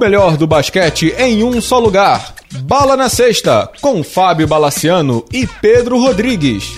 melhor do basquete em um só lugar. Bala na Sexta, com Fábio Balaciano e Pedro Rodrigues.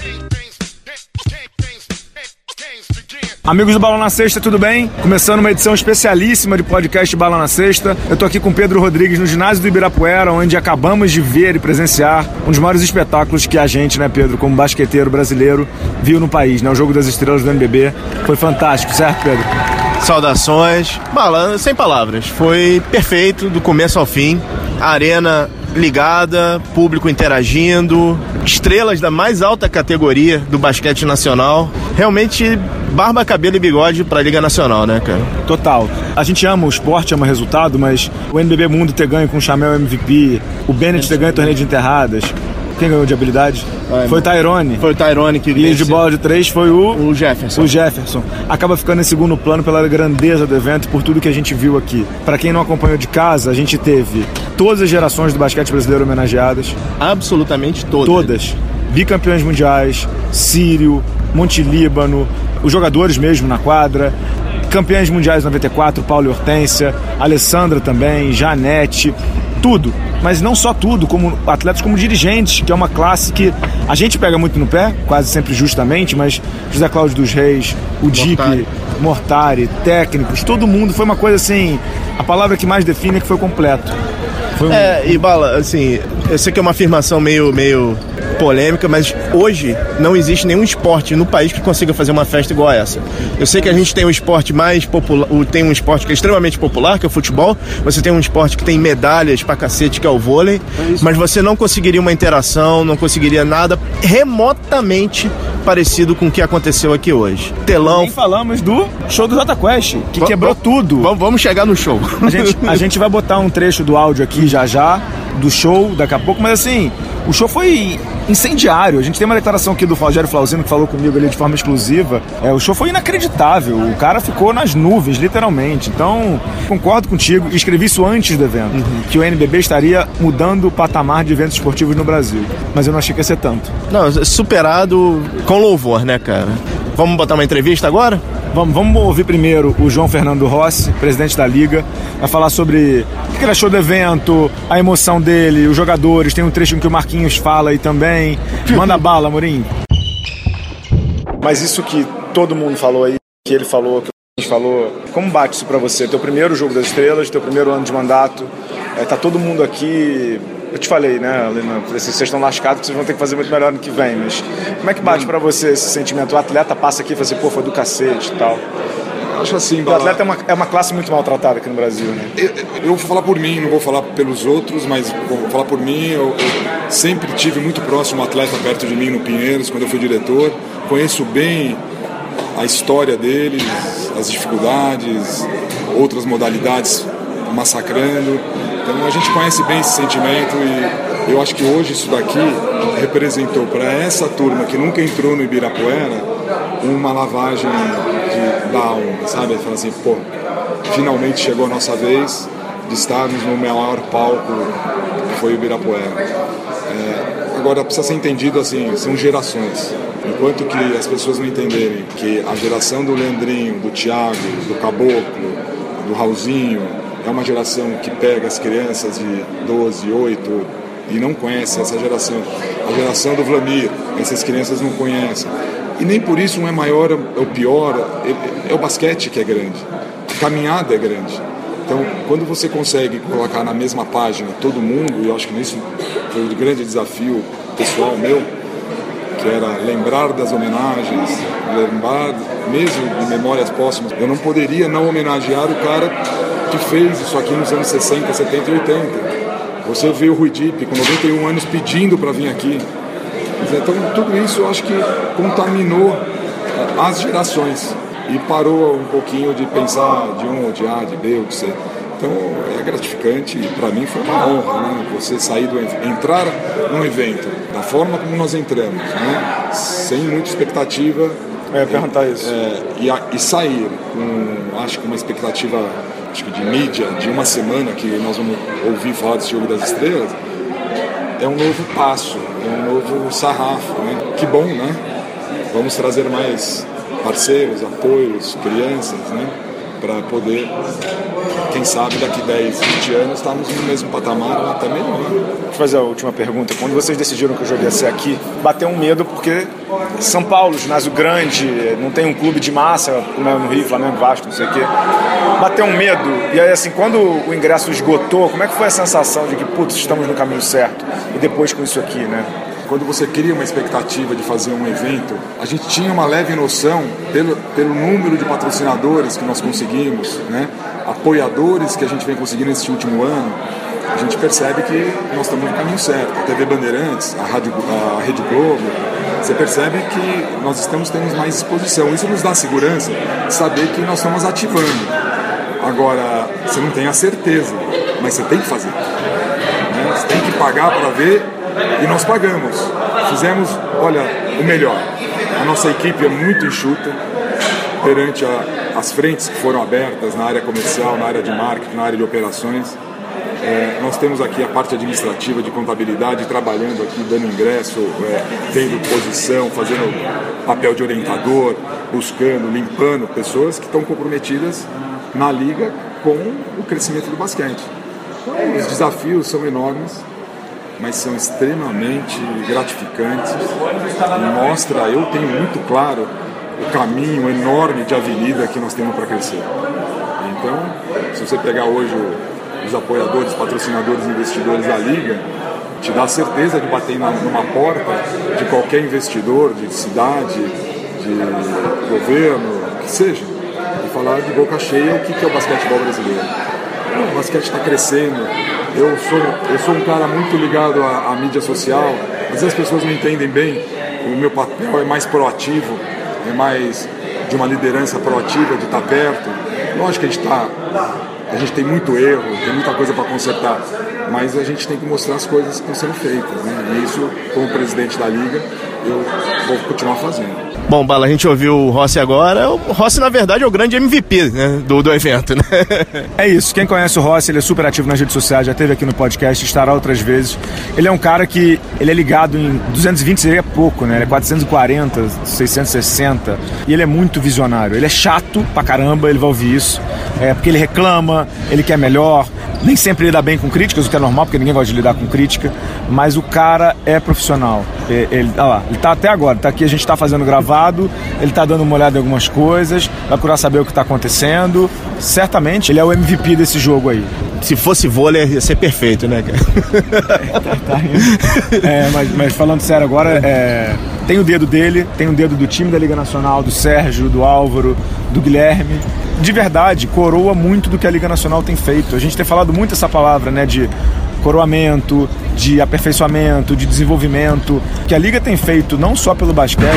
Amigos do Bala na Sexta, tudo bem? Começando uma edição especialíssima de podcast Bala na Sexta. Eu tô aqui com Pedro Rodrigues no ginásio do Ibirapuera, onde acabamos de ver e presenciar um dos maiores espetáculos que a gente, né, Pedro, como basqueteiro brasileiro, viu no país, né? O Jogo das Estrelas do NBB. Foi fantástico, certo, Pedro? Saudações. Bala, sem palavras. Foi perfeito do começo ao fim. A arena ligada, público interagindo, estrelas da mais alta categoria do basquete nacional. Realmente, barba, cabelo e bigode pra Liga Nacional, né, cara? Total. A gente ama o esporte, ama o resultado, mas o NBB Mundo ter ganho com o Chamel MVP, o Bennett ter ganho o torneio de enterradas. Quem ganhou de habilidade? Foi o Tyrone. Foi o Tyrone que E de bola de 3 foi o Jefferson. O Jefferson. Acaba ficando em segundo plano pela grandeza do evento e por tudo que a gente viu aqui. Para quem não acompanhou de casa, a gente teve todas as gerações do basquete brasileiro homenageadas. Absolutamente todas. Todas. Bicampeões mundiais, Sírio, Monte Líbano, os jogadores mesmo na quadra. Campeões mundiais 94, Paulo e Hortência, Alessandra também, Janete, tudo. Mas não só tudo, como atletas, como dirigentes, que é uma classe que a gente pega muito no pé, quase sempre justamente, mas José Cláudio dos Reis, o Dipe, Mortari, técnicos, todo mundo, foi uma coisa assim, a palavra que mais define é que foi completo. E Bala, assim, eu sei que é uma afirmação meio polêmica, mas hoje não existe nenhum esporte no país que consiga fazer uma festa igual a essa. Eu sei que a gente tem um esporte mais popular, tem um esporte que é extremamente popular, que é o futebol, você tem um esporte que tem medalhas pra cacete, que é o vôlei, mas você não conseguiria uma interação, não conseguiria nada remotamente parecido com o que aconteceu aqui hoje. Telão. Nem falamos do show do Jota Quest, que quebrou tudo. Vamos chegar no show. A gente vai botar um trecho do áudio aqui já, do show, daqui a pouco, mas assim, o show foi incendiário. A gente tem uma declaração aqui do Rogério Flauzino, que falou comigo ali de forma exclusiva. O show foi inacreditável. O cara ficou nas nuvens, literalmente. Então, concordo contigo. Escrevi isso antes do evento, que o NBB estaria mudando o patamar de eventos esportivos no Brasil. Mas eu não achei que ia ser tanto. Não, superado com louvor, né, cara? Vamos botar uma entrevista agora? Vamos ouvir primeiro o João Fernando Rossi, presidente da Liga, vai falar sobre o que ele achou do evento, a emoção dele, os jogadores. Tem um trecho em que o Marquinhos fala aí também. Manda bala, Amorim. Mas isso que todo mundo falou aí, que ele falou, que a gente falou, como bate isso pra você? Teu primeiro Jogo das Estrelas, teu primeiro ano de mandato, tá todo mundo aqui. Eu te falei, né, vocês estão lascados, vocês vão ter que fazer muito melhor no que vem, mas como é que bate pra você esse sentimento? O atleta passa aqui e fala assim, pô, foi do cacete e tal. Acho assim, o atleta é uma classe muito maltratada aqui no Brasil, né? Eu vou falar por mim, não vou falar pelos outros, mas vou falar por mim. Eu sempre tive muito próximo um atleta perto de mim no Pinheiros, quando eu fui diretor. Conheço bem a história deles, as dificuldades, outras modalidades massacrando. Então a gente conhece bem esse sentimento e eu acho que hoje isso daqui representou para essa turma que nunca entrou no Ibirapuera uma lavagem da alma, sabe? Fala assim, pô, finalmente chegou a nossa vez de estarmos no maior palco que foi o Ibirapuera. Agora precisa ser entendido assim, são gerações. Enquanto que as pessoas não entenderem que a geração do Leandrinho, do Thiago, do Caboclo, do Raulzinho, é uma geração que pega as crianças de 12, 8 e não conhece essa geração. A geração do Vlamir, essas crianças não conhecem. E nem por isso um é maior ou pior, é o basquete que é grande. A caminhada é grande. Então, quando você consegue colocar na mesma página todo mundo, e eu acho que isso foi um grande desafio pessoal meu, que era lembrar das homenagens, lembrar mesmo de memórias póstumas. Eu não poderia não homenagear o cara que fez isso aqui nos anos 60, 70 e 80. Você vê o Rui Dipe com 91 anos pedindo para vir aqui. Então tudo isso eu acho que contaminou as gerações e parou um pouquinho de pensar de um ou de A, de B ou de C. Então é gratificante e para mim foi uma honra, né? Você sair entrar num evento da forma como nós entramos, né? Sem muita expectativa. Perguntar isso. E sair com, acho que uma expectativa, acho que de mídia, de uma semana que nós vamos ouvir falar desse Jogo das Estrelas, é um novo passo, é um novo sarrafo, né? Que bom, né? Vamos trazer mais parceiros, apoios, crianças, né? para poder, quem sabe, daqui 10, 20 anos, estarmos no mesmo patamar ou até melhor. Vou fazer a última pergunta. Quando vocês decidiram que o jogo ia ser aqui, bateu um medo porque São Paulo, ginásio grande, não tem um clube de massa, como é no Rio, Flamengo, Vasco, não sei o quê. Bateu um medo. E aí, assim, quando o ingresso esgotou, como é que foi a sensação de que, putz, estamos no caminho certo? E depois com isso aqui, né? Quando você cria uma expectativa de fazer um evento, a gente tinha uma leve noção, pelo número de patrocinadores que nós conseguimos, né, apoiadores que a gente vem conseguindo nesse último ano, a gente percebe que nós estamos no caminho certo. A TV Bandeirantes, a Rede Globo, você percebe que nós estamos tendo mais exposição. Isso nos dá segurança de saber que nós estamos ativando. Agora, você não tem a certeza, mas você tem que fazer. Né? Você tem que pagar para ver. E nós pagamos, fizemos, olha, o melhor. A nossa equipe é muito enxuta perante as frentes que foram abertas na área comercial, na área de marketing, na área de operações. Nós temos aqui a parte administrativa de contabilidade trabalhando aqui, dando ingresso, tendo posição, fazendo papel de orientador, buscando, limpando pessoas que estão comprometidas na liga com o crescimento do basquete. Então, os desafios são enormes, mas são extremamente gratificantes e mostra, eu tenho muito claro o caminho enorme de avenida que nós temos para crescer. Então, se você pegar hoje os apoiadores, patrocinadores, investidores da Liga, te dá a certeza de bater numa porta de qualquer investidor, de cidade, de governo, que seja, e falar de boca cheia o que é o basquetebol brasileiro. O basquete está crescendo. Eu sou um cara muito ligado à mídia social. Às vezes as pessoas não entendem bem. O meu papel é mais proativo, é mais de uma liderança proativa, de estar perto. Lógico que a gente tem muito erro, tem muita coisa para consertar, mas a gente tem que mostrar as coisas que estão sendo feitas, né? E isso, como presidente da Liga, eu vou continuar fazendo. Bom, Bala, a gente ouviu o Rossi agora. O Rossi, na verdade, é o grande MVP, né, do evento, né? É isso. Quem conhece o Rossi, ele é super ativo nas redes sociais, já esteve aqui no podcast, estará outras vezes. Ele é um cara que ele é ligado em 220, seria pouco, né? Ele é 440, 660. E ele é muito visionário. Ele é chato pra caramba, ele vai ouvir isso. Porque ele reclama, ele quer melhor. Nem sempre lida bem com críticas, o que é normal, porque ninguém gosta de lidar com crítica. Mas o cara é profissional. Ele tá até agora, tá aqui, a gente tá fazendo gravado, ele tá dando uma olhada em algumas coisas, vai procurar saber o que tá acontecendo. Certamente ele é o MVP desse jogo aí. Se fosse vôlei, ia ser perfeito, né, cara? Mas falando sério agora, tem o dedo dele, tem o dedo do time da Liga Nacional, do Sérgio, do Álvaro, do Guilherme. De verdade, coroa muito do que a Liga Nacional tem feito. A gente tem falado muito essa palavra, né, de coroamento, de aperfeiçoamento, de desenvolvimento, que a Liga tem feito não só pelo basquete,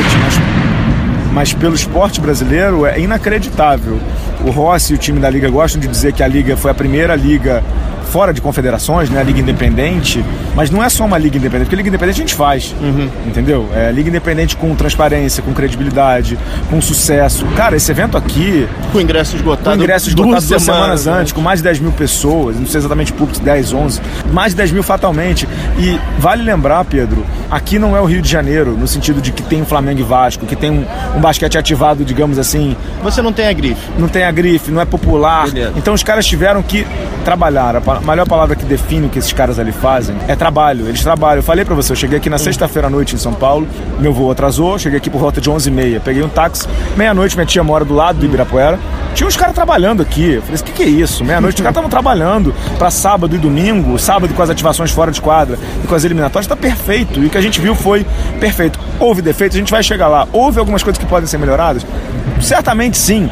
mas pelo esporte brasileiro é inacreditável. O Rossi e o time da Liga gostam de dizer que a Liga foi a primeira liga fora de confederações, né, a Liga Independente, mas não é só uma Liga Independente, porque a Liga Independente a gente faz, entendeu? É Liga Independente com transparência, com credibilidade, com sucesso. Cara, esse evento aqui... Com ingresso esgotado 2 semanas antes, com mais de 10 mil pessoas, não sei exatamente público, 10, 11, mais de 10 mil fatalmente. E vale lembrar, Pedro, aqui não é o Rio de Janeiro, no sentido de que tem Flamengo e Vasco, que tem um basquete ativado, digamos assim. Você não tem a grife. Não tem a grife, não é popular. Beleza. Então os caras tiveram que trabalhar. A melhor palavra que define o que esses caras ali fazem é trabalho. Eles trabalham. Eu falei pra você, eu cheguei aqui na sexta-feira à noite em São Paulo, meu voo atrasou, cheguei aqui por volta de 11h30, peguei um táxi, meia-noite minha tia mora do lado do Ibirapuera, tinha uns caras trabalhando aqui. Eu falei, o que é isso? Meia-noite os caras estavam trabalhando pra sábado e domingo, sábado com as ativações fora de quadra e com as eliminatórias, tá perfeito. E o que a gente viu foi perfeito. Houve defeitos, a gente vai chegar lá. Houve algumas coisas que podem ser melhoradas? Certamente sim.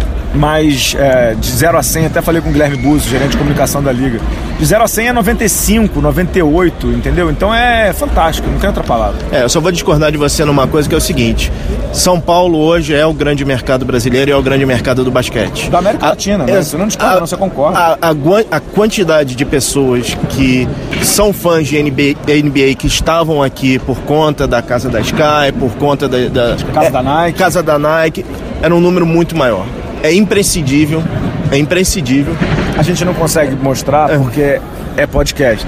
Mas de 0 a 100, até falei com o Guilherme Buzzo, gerente de comunicação da Liga, de 0 a 100 é 95, 98, entendeu? Então é fantástico, não tem outra palavra. Eu só vou discordar de você numa coisa que é o seguinte: São Paulo hoje é o grande mercado brasileiro e é o grande mercado do basquete. Da América Latina, né? Você não discorda, não, você concorda. A quantidade de pessoas que são fãs de NBA que estavam aqui por conta da Casa da Sky, por conta da Casa da Nike, era um número muito maior. É imprescindível. A gente não consegue mostrar porque é podcast.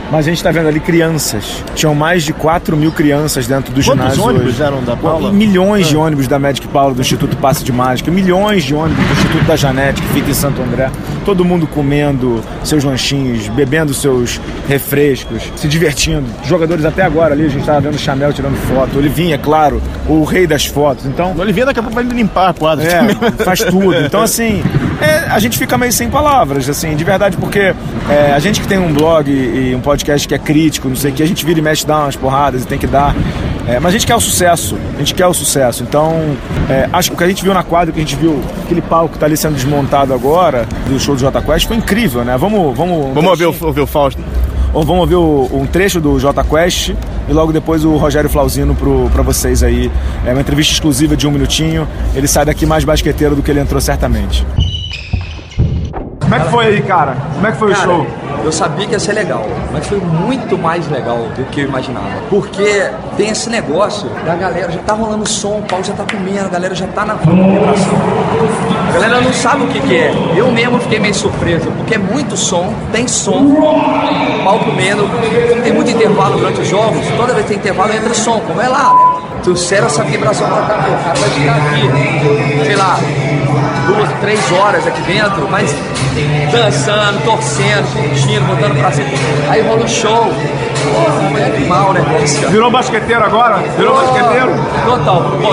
Mas a gente tá vendo ali crianças. Tinham mais de 4 mil crianças dentro do ginásio. Quantos ônibus eram da Paula? Milhões de ônibus da Magic Paula, do Instituto Passe de Mágica, milhões de ônibus do Instituto da Janete, que fica em Santo André. Todo mundo comendo seus lanchinhos, bebendo seus refrescos, se divertindo. Jogadores até agora ali, a gente tava vendo o Chamel tirando foto. Olivinha, claro, o rei das fotos. Então, O Olivinha daqui a pouco vai limpar a quadra também. faz tudo. Então, assim, a gente fica meio sem palavras, assim, de verdade, porque a gente que tem um blog e um podcast que é crítico, não sei o que, a gente vira e mexe, dá umas porradas e tem que dar. Mas a gente quer o sucesso. Então, acho que o que a gente viu na quadra, que a gente viu aquele palco que tá ali sendo desmontado agora, do show do Jota Quest, foi incrível, né? Vamos ouvir o Fausto. Ou vamos ouvir um trecho do Jota Quest e logo depois o Rogério Flauzino pra vocês aí. É uma entrevista exclusiva de 1 minutinho. Ele sai daqui mais basqueteiro do que ele entrou certamente. Como é que foi aí, cara? Como é que foi o show? Eu sabia que ia ser legal, mas foi muito mais legal do que eu imaginava. Porque tem esse negócio da galera, já tá rolando som, o pau já tá comendo, a galera já tá na vibração. A galera não sabe o que é. Eu mesmo fiquei meio surpreso, porque é muito som, tem som, pau comendo, tem muito intervalo durante os jogos, toda vez que tem intervalo entra som, como é lá, né? Trouxeram essa vibração pra cá, o cara vai ficar aqui, sei lá, 2, 3 horas aqui dentro, mas dançando, torcendo, curtindo, botando pra cima. Aí rola o show. Foi animal o negócio. Virou basqueteiro agora? Virou basqueteiro? Total. Bom,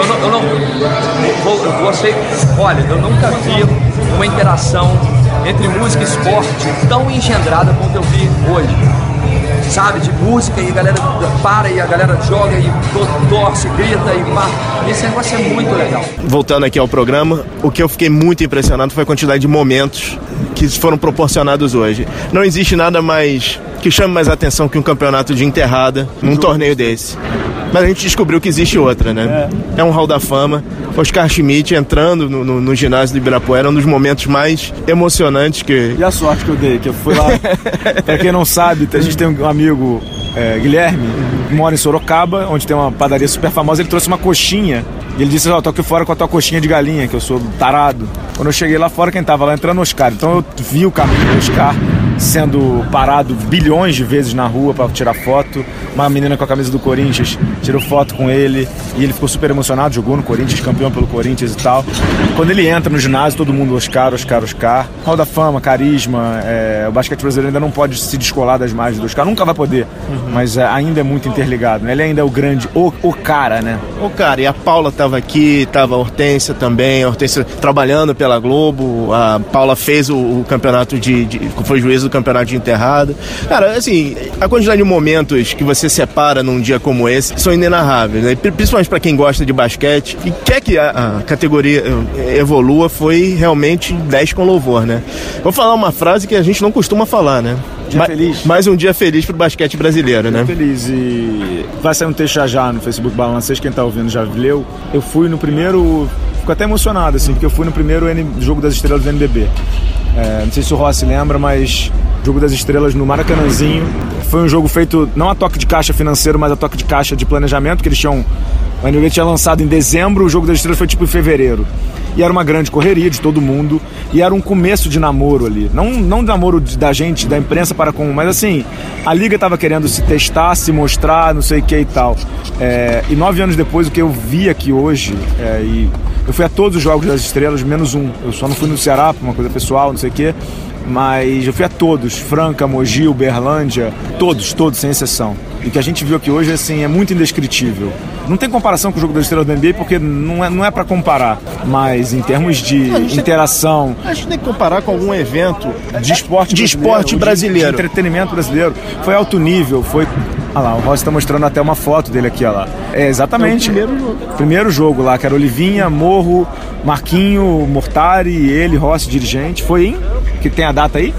olha, eu nunca vi uma interação entre música e esporte tão engendrada quanto eu vi hoje. Sabe, de música, e a galera para, e a galera joga, e torce, grita, e pá. Esse negócio é muito legal. Voltando aqui ao programa, o que eu fiquei muito impressionado foi a quantidade de momentos que foram proporcionados hoje. Não existe nada mais que chame mais atenção que um campeonato de enterrada num torneio desse. Mas a gente descobriu que existe outra, né? É um Hall da Fama. Oscar Schmidt entrando no ginásio do Ibirapuera, um dos momentos mais emocionantes que... E a sorte que eu dei, que eu fui lá... Pra quem não sabe, a gente tem um amigo, Guilherme, que mora em Sorocaba, onde tem uma padaria super famosa. Ele trouxe uma coxinha e ele disse, tô aqui fora com a tua coxinha de galinha, que eu sou tarado. Quando eu cheguei lá fora, quem tava lá entrando, o Oscar. Então eu vi o caminho do Oscar sendo parado bilhões de vezes na rua para tirar foto. Uma menina com a camisa do Corinthians tirou foto com ele e ele ficou super emocionado, jogou no Corinthians, campeão pelo Corinthians e tal. Quando ele entra no ginásio, todo mundo Oscar. Hall da Fama, carisma, o basquete brasileiro ainda não pode se descolar das margens do Oscar, nunca vai poder, mas ainda é muito interligado, né? Ele ainda é o grande, o cara, né? O cara, e a Paula tava aqui, tava a Hortência também, a Hortência trabalhando pela Globo, a Paula fez o campeonato foi juiz do campeonato de enterrada. Cara, assim, a quantidade de momentos que você separa num dia como esse são inenarráveis, né? Principalmente para quem gosta de basquete e quer que a categoria evolua, foi realmente 10 com louvor, né? Vou falar uma frase que a gente não costuma falar, né? Feliz. Mais um dia feliz pro basquete brasileiro, né? Feliz, e vai sair um texto já no Facebook Bala na Sexta, quem tá ouvindo já leu. Eu fui no primeiro, fico até emocionado, assim, porque eu fui no primeiro Jogo das Estrelas do NBB. Não sei se o Rossi lembra, mas Jogo das Estrelas no Maracanãzinho. Foi um jogo feito não a toque de caixa financeiro, mas a toque de caixa de planejamento, que eles tinham... O NBB tinha lançado em dezembro, o Jogo das Estrelas foi tipo em fevereiro. E era uma grande correria de todo mundo, e era um começo de namoro ali. Não namoro da gente, da imprensa para com... Mas assim, a Liga estava querendo se testar, se mostrar, não sei o que e tal. E 9 anos depois, o que eu vi aqui hoje... Eu fui a todos os Jogos das Estrelas, menos um. Eu só não fui no Ceará, por uma coisa pessoal, não sei o quê. Mas eu fui a todos. Franca, Mogi, Uberlândia, todos, sem exceção. E o que a gente viu aqui hoje, assim, é muito indescritível. Não tem comparação com o Jogo das Estrelas do NBA, porque não é pra comparar. Mas em termos de interação... A gente tem que comparar com algum evento de esporte brasileiro. De entretenimento brasileiro. Foi alto nível, foi... Olha lá, o Rossi tá mostrando até uma foto dele aqui, olha lá. Exatamente. Primeiro jogo lá, que era Olivinha, Morro, Marquinho, Mortari, ele, Rossi, dirigente. Foi em... Que tem a data aí?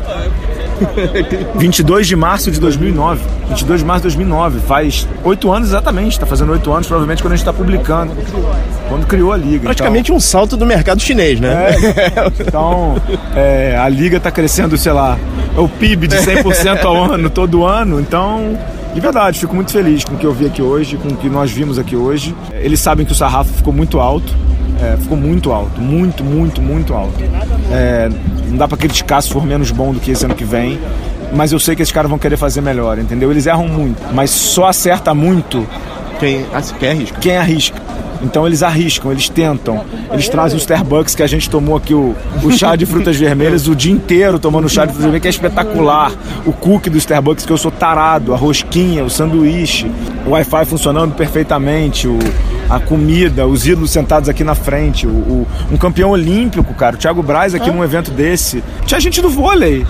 22 de março de 2009. 22 de março de 2009. Faz 8 anos exatamente. Tá fazendo 8 anos, provavelmente, quando a gente tá publicando. Quando criou a Liga. Praticamente então, um salto do mercado chinês, né? Então, a Liga tá crescendo, sei lá, o PIB de 100% ao ano, todo ano. Então... De verdade, fico muito feliz com o que eu vi aqui hoje, com o que nós vimos aqui hoje. Eles sabem que o sarrafo ficou muito alto. Ficou muito alto. Muito alto. Não dá pra criticar se for menos bom do que esse ano que vem. mas eu sei que esses caras vão querer fazer melhor, entendeu? Eles erram muito, mas só acerta muito quem arrisca. Quem arrisca. Então eles arriscam, eles tentam. Eles trazem o Starbucks, que a gente tomou aqui o chá de frutas vermelhas o dia inteiro tomando chá de frutas vermelhas, que é espetacular. O cookie do Starbucks, que eu sou tarado, a rosquinha, o sanduíche, o Wi-Fi funcionando perfeitamente, a comida, os ídolos sentados aqui na frente, um campeão olímpico, cara, o Thiago Braz aqui num evento desse. Tinha gente do vôlei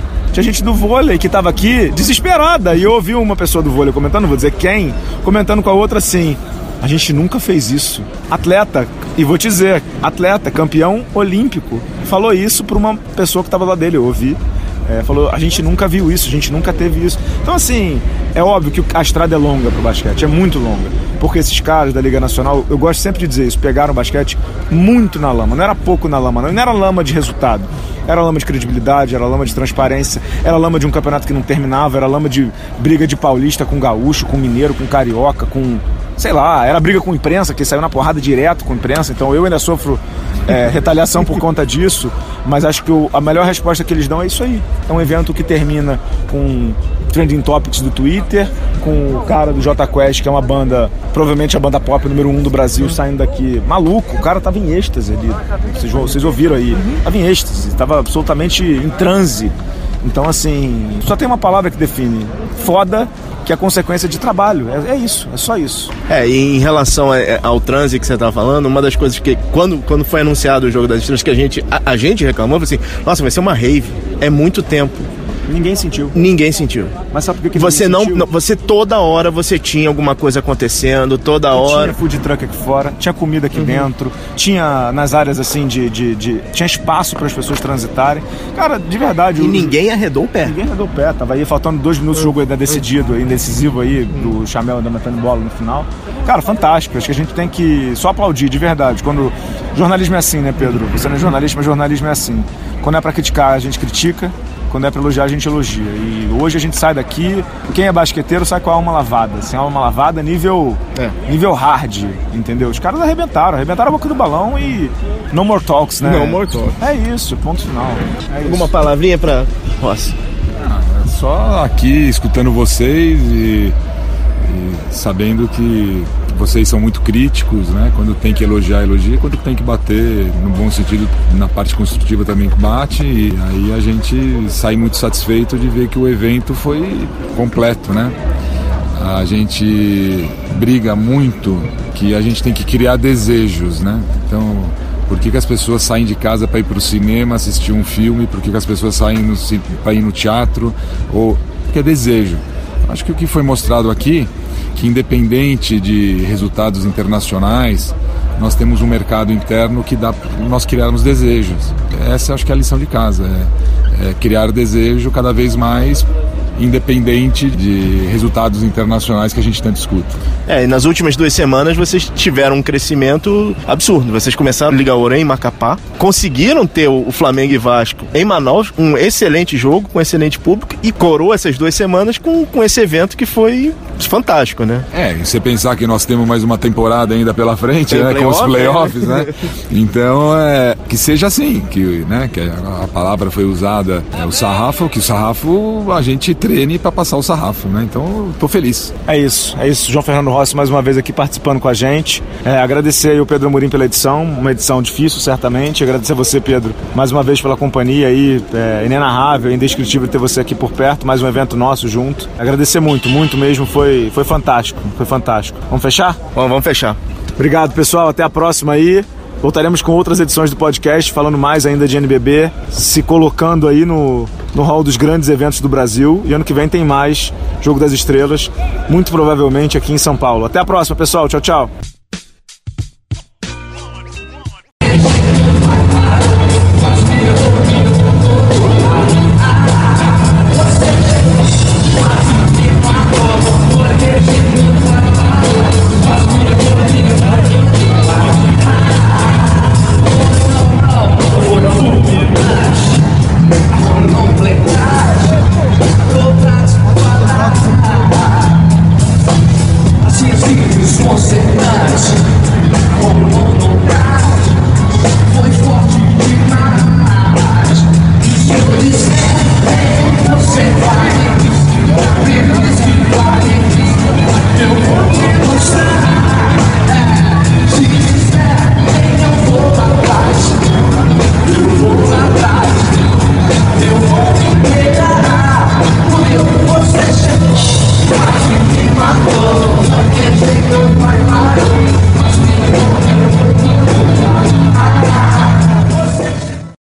que tava aqui desesperada, e eu ouvi uma pessoa do vôlei comentando, não vou dizer quem, comentando com a outra assim: a gente nunca fez isso. Atleta, e vou te dizer, atleta, campeão olímpico, falou isso para uma pessoa que estava lá dele, eu ouvi. Falou, a gente nunca viu isso, a gente nunca teve isso. Então assim, é óbvio que a estrada é longa pro basquete, é muito longa, porque esses caras da Liga Nacional, eu gosto sempre de dizer isso, pegaram o basquete muito na lama, não era pouco na lama, não era lama de resultado, era lama de credibilidade, era lama de transparência, era lama de um campeonato que não terminava, era lama de briga de paulista com gaúcho, com mineiro, com carioca, com... sei lá, era briga com imprensa, que saiu na porrada direto com imprensa, então eu ainda sofro retaliação por conta disso, mas acho que a melhor resposta que eles dão é isso aí. É um evento que termina com trending topics do Twitter, com o cara do Jota Quest, que é uma banda, provavelmente a banda pop número 1 do Brasil, saindo daqui maluco, o cara tava em êxtase ali, vocês ouviram aí, tava em êxtase, tava absolutamente em transe. Então assim, só tem uma palavra que define: foda, que é a consequência de trabalho. É isso, é só isso. E em relação ao transe que você estava falando, uma das coisas que, quando foi anunciado o Jogo das Estrelas, que a gente reclamou, foi assim: nossa, vai ser uma rave, é muito tempo. Ninguém sentiu. Mas sabe por que você não sentiu? Você toda hora você tinha alguma coisa acontecendo, toda hora. Tinha food truck aqui fora, tinha comida aqui dentro, tinha nas áreas assim tinha espaço para as pessoas transitarem. Cara, de verdade. E ninguém arredou o pé. Tava aí faltando 2 minutos, o jogo ainda decidido, indecisivo aí, do Chamel ainda metendo bola no final. Cara, fantástico. Acho que a gente tem que só aplaudir, de verdade. Quando jornalismo é assim, né, Pedro? Você não é jornalista, mas jornalismo é assim. Quando é para criticar, a gente critica. Quando é pra elogiar, a gente elogia. E hoje a gente sai daqui, quem é basqueteiro sai com a alma lavada. Assim, a alma lavada nível hard, entendeu? Os caras arrebentaram a boca do balão e no more talks, né? No more talks. É isso, ponto final. Alguma palavrinha pra Rossi? Só aqui escutando vocês e sabendo que vocês são muito críticos, né? Quando tem que elogiar, elogia. Quando tem que bater, no bom sentido, na parte construtiva também que bate. E aí a gente sai muito satisfeito de ver que o evento foi completo, né? A gente briga muito que a gente tem que criar desejos, né? Então, por que as pessoas saem de casa para ir para o cinema, assistir um filme? Por que as pessoas saem para ir no teatro? Porque é desejo. Acho que o que foi mostrado aqui, que independente de resultados internacionais, nós temos um mercado interno que dá para nós criarmos desejos. Essa acho que é a lição de casa, é criar desejo cada vez mais, independente de resultados internacionais que a gente tanto escuta. E nas últimas 2 semanas vocês tiveram um crescimento absurdo. Vocês começaram a Liga Ouro em Macapá, conseguiram ter o Flamengo e Vasco em Manaus, um excelente jogo, com excelente público, e coroou essas 2 semanas com esse evento que foi fantástico, né? E você pensar que nós temos mais uma temporada ainda pela frente, né, com os playoffs, né? Então, que seja assim, que a palavra foi usada, o sarrafo, que o sarrafo a gente treine para passar o sarrafo, né? Então, eu tô feliz. É isso. João Fernando Rossi mais uma vez aqui participando com a gente. Agradecer aí o Pedro Amorim pela edição, uma edição difícil, certamente. Agradecer a você, Pedro, mais uma vez pela companhia aí, inenarrável, indescritível ter você aqui por perto, mais um evento nosso junto. Agradecer muito, muito mesmo, foi fantástico, foi fantástico. Vamos fechar? Vamos fechar. Obrigado, pessoal, até a próxima aí. Voltaremos com outras edições do podcast, falando mais ainda de NBB, se colocando aí no hall dos grandes eventos do Brasil. E ano que vem tem mais Jogo das Estrelas, muito provavelmente aqui em São Paulo. Até a próxima, pessoal. Tchau, tchau. Assim, consertar. my clothes. I can't take off my eyes.